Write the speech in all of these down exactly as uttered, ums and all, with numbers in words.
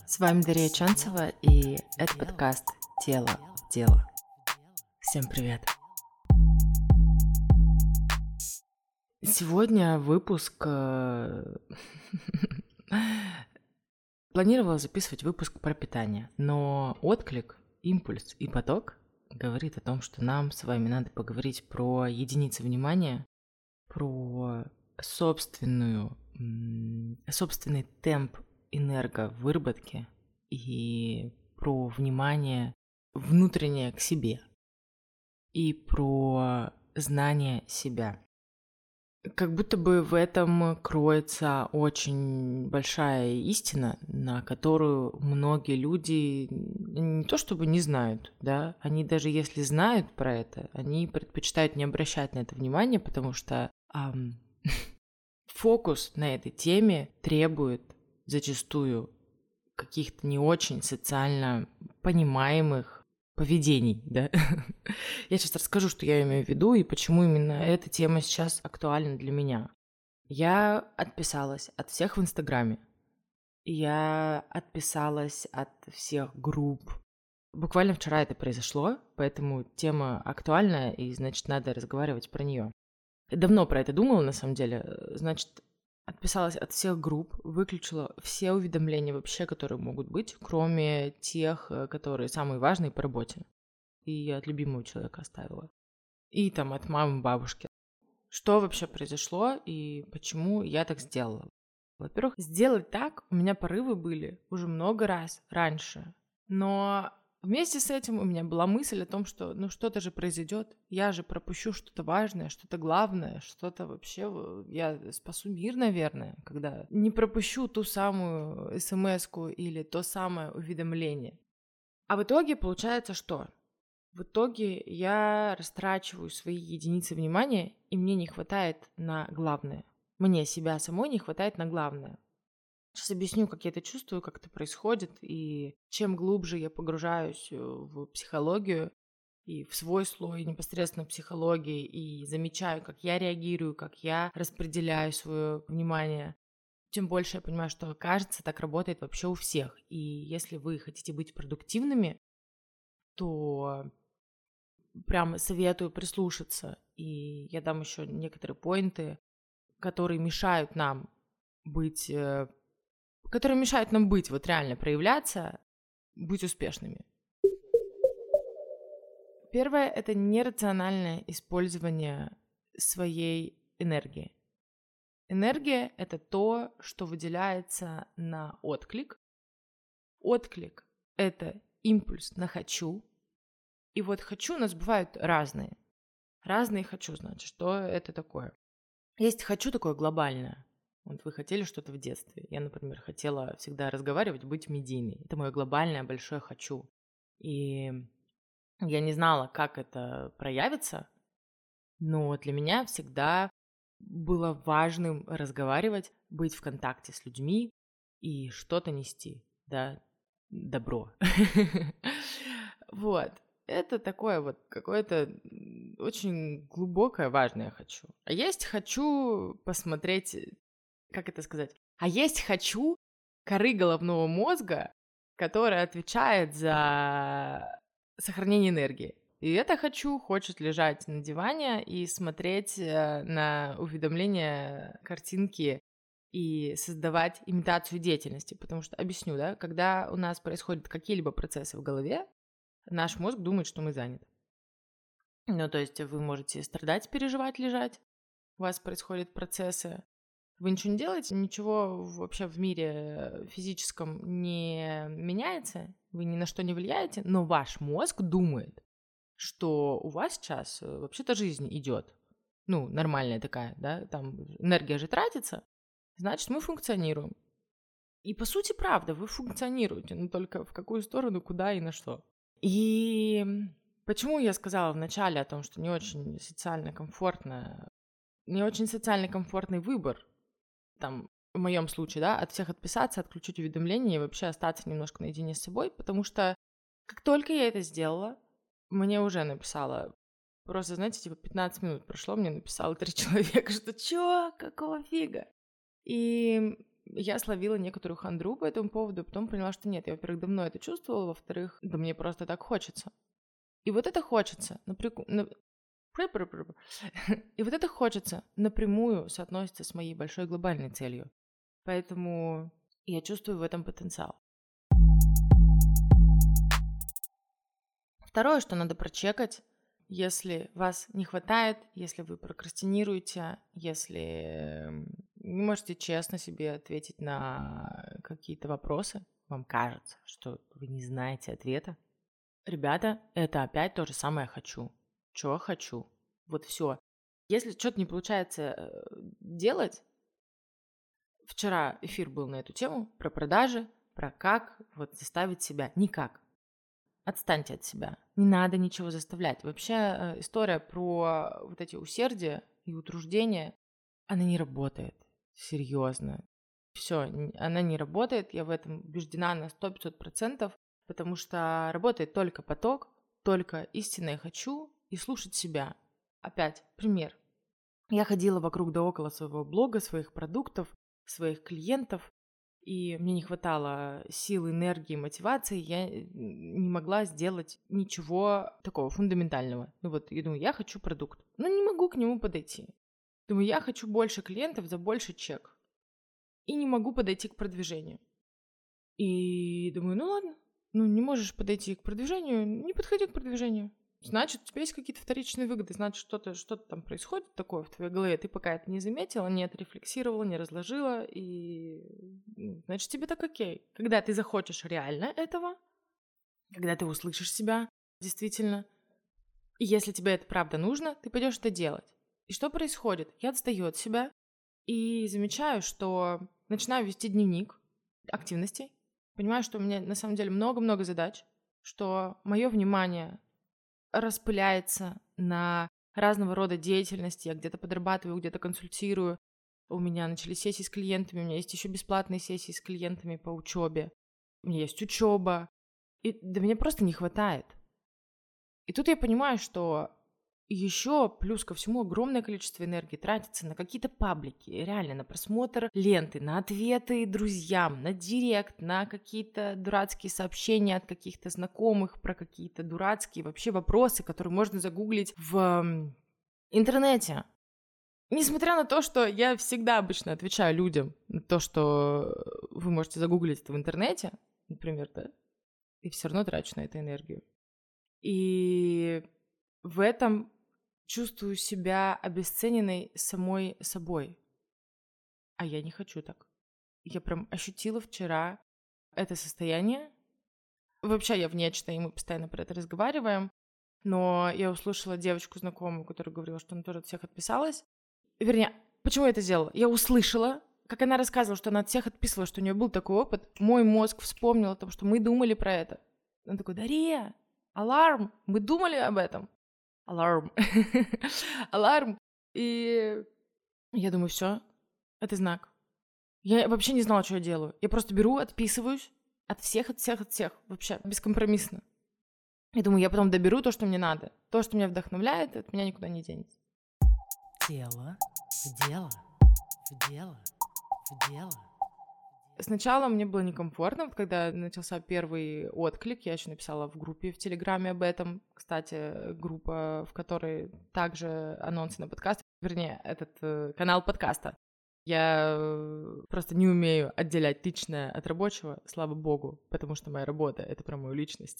С вами Дарья Чонцева, и это подкаст «Тело в дело». Всем привет! Сегодня выпуск... э, Планировала записывать выпуск про питание, но отклик, импульс и поток говорит о том, что нам с вами надо поговорить про единицы внимания, про собственную, м, собственный темп энерговыработки и про внимание внутреннее к себе и про знание себя. Как будто бы в этом кроется очень большая истина, на которую многие люди не то чтобы не знают, да, они даже если знают про это, они предпочитают не обращать на это внимания, потому что ам, фокус на этой теме требует зачастую каких-то не очень социально понимаемых поведений, да. Я сейчас расскажу, что я имею в виду и почему именно эта тема сейчас актуальна для меня. Я отписалась от всех в Инстаграме. Я отписалась от всех групп. Буквально вчера это произошло, поэтому тема актуальна, и, значит, надо разговаривать про нее. Давно про это думала, на самом деле. Значит, отписалась от всех групп, выключила все уведомления вообще, которые могут быть, кроме тех, которые самые важные по работе. И я от любимого человека оставила. И там от мамы, бабушки. Что вообще произошло и почему я так сделала? Во-первых, сделать так у меня порывы были уже много раз раньше. Но вместе с этим у меня была мысль о том, что ну что-то же произойдет, я же пропущу что-то важное, что-то главное, что-то вообще, я спасу мир, наверное, когда не пропущу ту самую смс-ку или то самое уведомление. А в итоге получается что? В итоге я растрачиваю свои единицы внимания, и мне не хватает на главное. Мне себя самой не хватает на главное. Сейчас объясню, как я это чувствую, как это происходит, и чем глубже я погружаюсь в психологию и в свой слой непосредственно психологии, и замечаю, как я реагирую, как я распределяю свое внимание, тем больше я понимаю, что, кажется, так работает вообще у всех. И если вы хотите быть продуктивными, то прям советую прислушаться. И я дам еще некоторые поинты, которые мешают нам быть... которые мешают нам быть, вот реально проявляться, быть успешными. Первое — это нерациональное использование своей энергии. Энергия — это то, что выделяется на отклик. Отклик — это импульс на «хочу». И вот «хочу» у нас бывают разные. Разные «хочу», значит, что это такое? Есть «хочу» такое глобальное. Вот вы хотели что-то в детстве. Я, например, хотела всегда разговаривать, быть медийной. Это мое глобальное большое «хочу». И я не знала, как это проявится, но для меня всегда было важным разговаривать, быть в контакте с людьми и что-то нести, да, добро. Вот. Это такое вот какое-то очень глубокое, важное «хочу». А есть «хочу» посмотреть... Как это сказать? А есть «хочу» коры головного мозга, которая отвечает за сохранение энергии. И это «хочу» хочет лежать на диване и смотреть на уведомления, картинки и создавать имитацию деятельности. Потому что, объясню, да, когда у нас происходят какие-либо процессы в голове, наш мозг думает, что мы заняты. Ну, то есть вы можете страдать, переживать, лежать. У вас происходят процессы. Вы ничего не делаете, ничего вообще в мире физическом не меняется, вы ни на что не влияете, но ваш мозг думает, что у вас сейчас вообще-то жизнь идет. Ну, нормальная такая, да, там энергия же тратится, значит, мы функционируем. И по сути, правда, вы функционируете, но только в какую сторону, куда и на что. И почему я сказала в начале о том, что не очень социально комфортно, не очень социально комфортный выбор, там, в моем случае, да, от всех отписаться, отключить уведомления и вообще остаться немножко наедине с собой, потому что как только я это сделала, мне уже написала, просто, знаете, типа пятнадцать минут прошло, мне написало три человека, что чё, какого фига? И я словила некоторую хандру по этому поводу, потом поняла, что нет, я, во-первых, давно это чувствовала, во-вторых, да мне просто так хочется. И вот это хочется напрямую... На... И вот это хочется напрямую соотносится с моей большой глобальной целью. Поэтому я чувствую в этом потенциал. Второе, что надо прочекать, если вас не хватает, если вы прокрастинируете, если не можете честно себе ответить на какие-то вопросы, вам кажется, что вы не знаете ответа. Ребята, это опять то же самое «хочу». Чё хочу? Вот все. Если что-то не получается делать, вчера эфир был на эту тему, про продажи, про как вот заставить себя. Никак. Отстаньте от себя. Не надо ничего заставлять. Вообще история про вот эти усердия и утруждения, она не работает. Серьезно. Все, она не работает. Я в этом убеждена на сто-пятьсот процентов, потому что работает только поток, только истинное «хочу» и слушать себя. Опять пример. Я ходила вокруг да около своего блога, своих продуктов, своих клиентов, и мне не хватало сил, энергии, мотивации, я не могла сделать ничего такого фундаментального. Ну вот, я думаю, я хочу продукт, но не могу к нему подойти. Думаю, я хочу больше клиентов за больше чек. И не могу подойти к продвижению. И думаю, ну ладно, ну не можешь подойти к продвижению, не подходи к продвижению. Значит, у тебя есть какие-то вторичные выгоды, значит, что-то, что-то там происходит такое в твоей голове, ты пока это не заметила, не отрефлексировала, не разложила, и ну, значит, тебе так окей. Когда ты захочешь реально этого, когда ты услышишь себя действительно, и если тебе это правда нужно, ты пойдешь это делать. И что происходит? Я отстаю от себя и замечаю, что начинаю вести дневник активностей, понимаю, что у меня на самом деле много-много задач, что мое внимание распыляется на разного рода деятельности. Я где-то подрабатываю, где-то консультирую. У меня начались сессии с клиентами, у меня есть еще бесплатные сессии с клиентами по учебе. У меня есть учеба. И да мне просто не хватает. И тут я понимаю, что еще плюс ко всему огромное количество энергии тратится на какие-то паблики, реально на просмотр ленты, на ответы друзьям, на директ, на какие-то дурацкие сообщения от каких-то знакомых про какие-то дурацкие вообще вопросы, которые можно загуглить в интернете. Несмотря на то, что я всегда обычно отвечаю людям на то, что вы можете загуглить это в интернете, например, да, и все равно трачу на это энергию. И в этом чувствую себя обесцененной самой собой. А я не хочу так. Я прям ощутила вчера это состояние. Вообще я внешне, и мы постоянно про это разговариваем. Но я услышала девочку знакомую, которая говорила, что она тоже от всех отписалась. Вернее, почему я это сделала? Я услышала, как она рассказывала, что она от всех отписывалась, что у нее был такой опыт. Мой мозг вспомнил о том, что мы думали про это. Он такой: Дарья, аларм, мы думали об этом. Аларм. Аларм. И я думаю, все, это знак. Я вообще не знала, что я делаю. Я просто беру, отписываюсь от всех, от всех, от всех. Вообще бескомпромиссно. Я думаю, я потом доберу то, что мне надо. То, что меня вдохновляет, от меня никуда не денется. Тело в дело, в дело, в дело. Сначала мне было некомфортно, вот когда начался первый отклик, я еще написала в группе в Телеграме об этом. Кстати, группа, в которой также анонсы на подкаст, вернее, этот э, канал подкаста. Я э, просто не умею отделять личное от рабочего, слава богу, потому что моя работа — это про мою личность.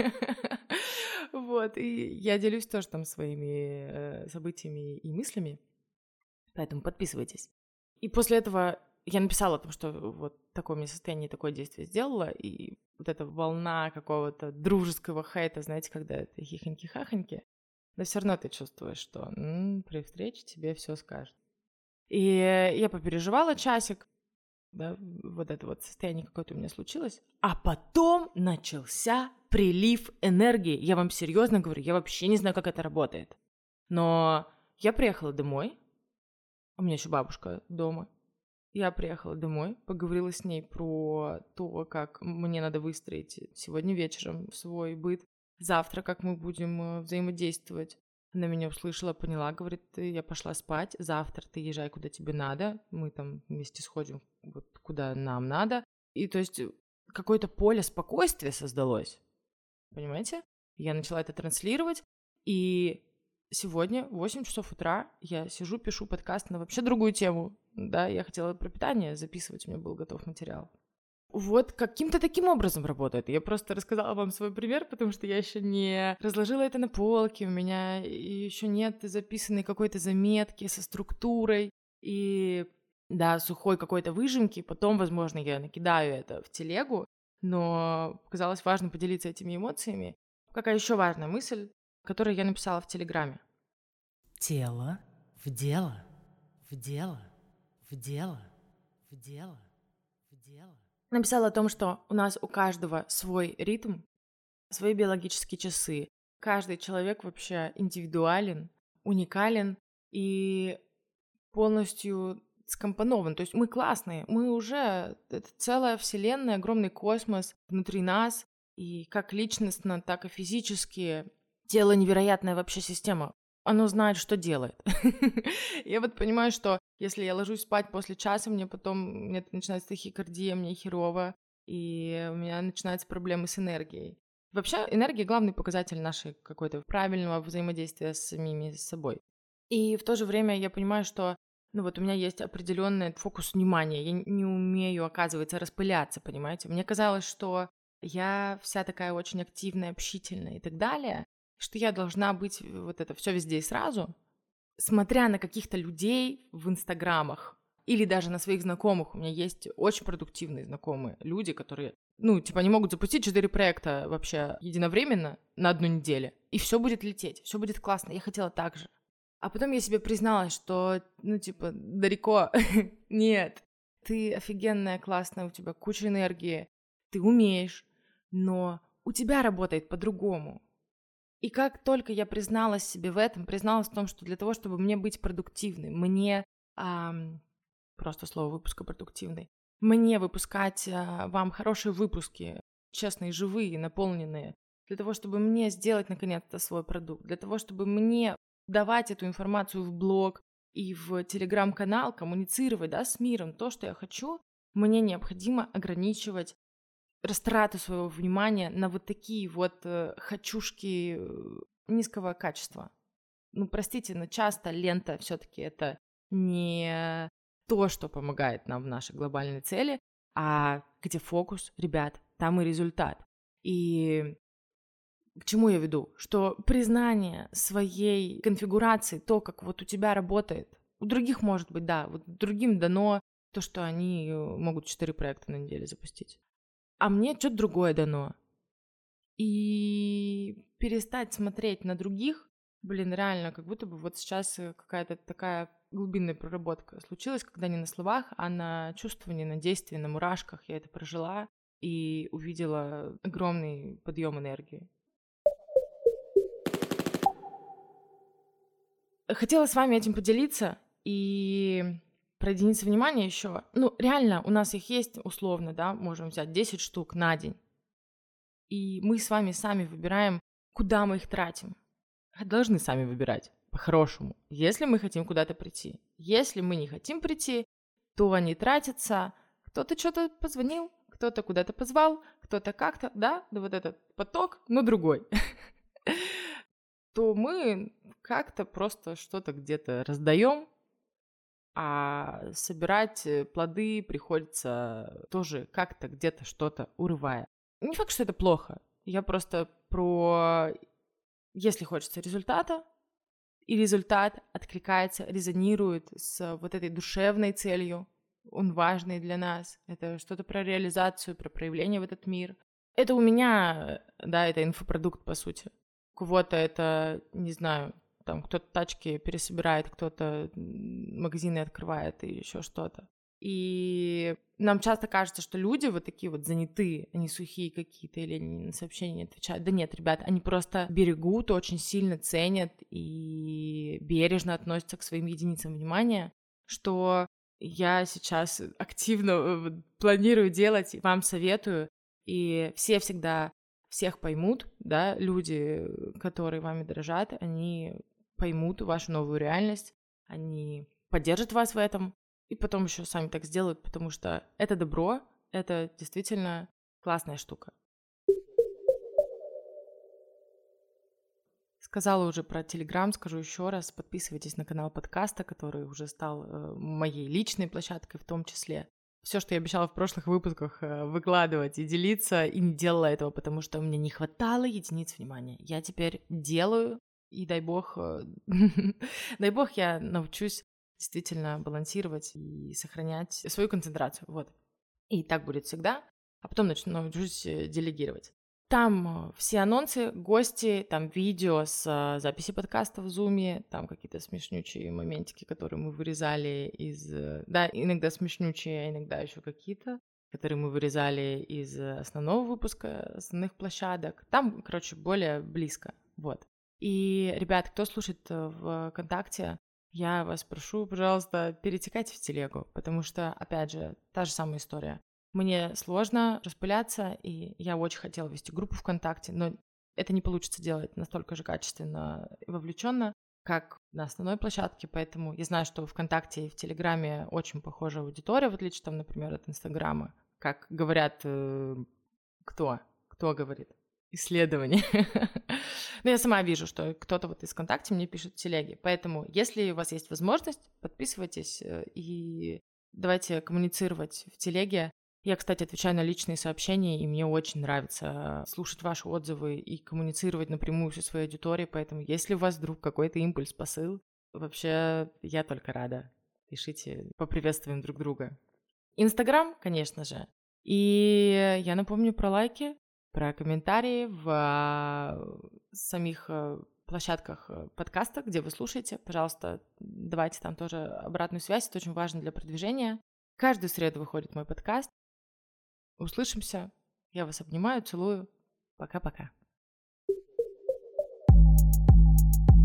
Вот, и я делюсь тоже там своими событиями и мыслями, поэтому подписывайтесь. И после этого я написала о том, что вот такое мне состояние, такое действие сделала, и вот эта волна какого-то дружеского хейта, знаете, когда это хихоньки-хахоньки, но все равно ты чувствуешь, что м-м, при встрече тебе все скажут. И я попереживала часик, да, вот это вот состояние какое-то у меня случилось, а потом начался прилив энергии. Я вам серьезно говорю, я вообще не знаю, как это работает. Но я приехала домой, у меня еще бабушка дома. Я приехала домой, поговорила с ней про то, как мне надо выстроить сегодня вечером свой быт, завтра как мы будем взаимодействовать. Она меня услышала, поняла, говорит, я пошла спать, завтра ты езжай, куда тебе надо, мы там вместе сходим, вот куда нам надо. И то есть какое-то поле спокойствия создалось, понимаете? Я начала это транслировать, и сегодня в восемь часов утра я сижу, пишу подкаст на вообще другую тему, да, я хотела про питание записывать, у меня был готов материал. Вот каким-то таким образом работает. Я просто рассказала вам свой пример, потому что я еще не разложила это на полке, у меня еще нет записанной какой-то заметки со структурой и, да, сухой какой-то выжимки. Потом, возможно, я накидаю это в телегу, но показалось важно поделиться этими эмоциями. Какая еще важная мысль, которую я написала в Телеграме. Тело в дело, в дело, в дело, в дело, в дело. Написала о том, что у нас у каждого свой ритм, свои биологические часы. Каждый человек вообще индивидуален, уникален и полностью скомпонован. То есть мы классные, мы уже это целая вселенная, огромный космос внутри нас. И как личностно, так и физически тело невероятная вообще система. Оно знает, что делает. Я вот понимаю, что если я ложусь спать после часа, мне потом мне начинается тахикардия, мне херово, и у меня начинаются проблемы с энергией. Вообще энергия — главный показатель нашей какой-то правильного взаимодействия с самими собой. И в то же время я понимаю, что ну вот у меня есть определенный фокус внимания. Я не умею, оказывается, распыляться, понимаете? Мне казалось, что я вся такая очень активная, общительная и так далее, что я должна быть вот это все везде и сразу, смотря на каких-то людей в инстаграмах или даже на своих знакомых. У меня есть очень продуктивные знакомые люди, которые, ну, типа, они могут запустить четыре проекта вообще единовременно на одну неделю, и все будет лететь, все будет классно. Я хотела так же. А потом я себе призналась, что, ну, типа, далеко. Нет, ты офигенная, классная, у тебя куча энергии, ты умеешь, но у тебя работает по-другому. И как только я призналась себе в этом, призналась в том, что для того, чтобы мне быть продуктивной, мне, ам, просто слово выпуска продуктивный, мне выпускать а, вам хорошие выпуски, честные, живые, наполненные, для того, чтобы мне сделать наконец-то свой продукт, для того, чтобы мне давать эту информацию в блог и в телеграм-канал, коммуницировать, да, с миром, то, что я хочу, мне необходимо ограничивать растрату своего внимания на вот такие вот э, хочушки э, низкого качества. Ну, простите, но часто лента все-таки это не то, что помогает нам в нашей глобальной цели, а где фокус, ребят, там и результат. И к чему я веду? Что признание своей конфигурации, то, как вот у тебя работает, у других может быть, да, вот другим дано то, что они могут четыре проекта на неделю запустить. А мне что-то другое дано. И перестать смотреть на других, блин, реально, как будто бы вот сейчас какая-то такая глубинная проработка случилась, когда не на словах, а на чувствовании, на действии, на мурашках я это прожила и увидела огромный подъем энергии. Хотела с вами этим поделиться и про единицы внимания еще. Ну, реально, у нас их есть условно, да, можем взять десять штук на день. И мы с вами сами выбираем, куда мы их тратим. Должны сами выбирать, по-хорошему, если мы хотим куда-то прийти. Если мы не хотим прийти, то они тратятся. Кто-то что-то позвонил, кто-то куда-то позвал, кто-то как-то, да, да вот этот поток, но другой. То мы как-то просто что-то где-то раздаем, а собирать плоды приходится тоже как-то где-то что-то урывая. Не факт, что это плохо. Я просто про... Если хочется результата, и результат откликается, резонирует с вот этой душевной целью, он важный для нас. Это что-то про реализацию, про проявление в этот мир. Это у меня, да, это инфопродукт, по сути. У кого-то это, не знаю, там кто-то тачки пересобирает, кто-то магазины открывает и еще что-то. И нам часто кажется, что люди вот такие вот занятые, они сухие какие-то, или они на сообщения не отвечают. Да нет, ребят, они просто берегут, очень сильно ценят и бережно относятся к своим единицам внимания, что я сейчас активно планирую делать и вам советую. И все всегда всех поймут, да, люди, которые вами дорожат, они поймут вашу новую реальность, они поддержат вас в этом, и потом еще сами так сделают, потому что это добро, это действительно классная штука. Сказала уже про Телеграм, скажу еще раз. Подписывайтесь на канал подкаста, который уже стал э, моей личной площадкой в том числе. Все, что я обещала в прошлых выпусках э, выкладывать и делиться, и не делала этого, потому что мне не хватало единиц внимания. Я теперь делаю, и дай бог, э, дай бог я научусь действительно балансировать и сохранять свою концентрацию. Вот. И так будет всегда, а потом начну научусь делегировать. Там все анонсы, гости, там видео с записи подкаста в Zoom, там какие-то смешнючие моментики, которые мы вырезали из... Да, иногда смешнючие, а иногда еще какие-то, которые мы вырезали из основного выпуска, основных площадок. Там, короче, более близко, вот. И, ребят, кто слушает в ВКонтакте, я вас прошу, пожалуйста, перетекайте в телегу, потому что, опять же, та же самая история. Мне сложно распыляться, и я очень хотела вести группу ВКонтакте, но это не получится делать настолько же качественно и вовлеченно, как на основной площадке, поэтому я знаю, что в ВКонтакте и в Телеграме очень похожая аудитория, в отличие, там, например, от Инстаграма, как говорят, э, кто? Кто говорит? Исследования. Но я сама вижу, что кто-то вот из ВКонтакте мне пишет в телеге, поэтому если у вас есть возможность, подписывайтесь и давайте коммуницировать в телеге. Я, кстати, отвечаю на личные сообщения, и мне очень нравится слушать ваши отзывы и коммуницировать напрямую со своей аудиторией, поэтому если у вас вдруг какой-то импульс, посыл, вообще я только рада. Пишите, поприветствуем друг друга. Инстаграм, конечно же. И я напомню про лайки, про комментарии в самих площадках подкаста, где вы слушаете. Пожалуйста, давайте там тоже обратную связь, это очень важно для продвижения. Каждую среду выходит мой подкаст. Услышимся. Я вас обнимаю, целую. Пока-пока.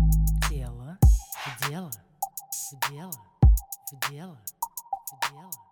Тело в дело, в дело, в дело, в дело.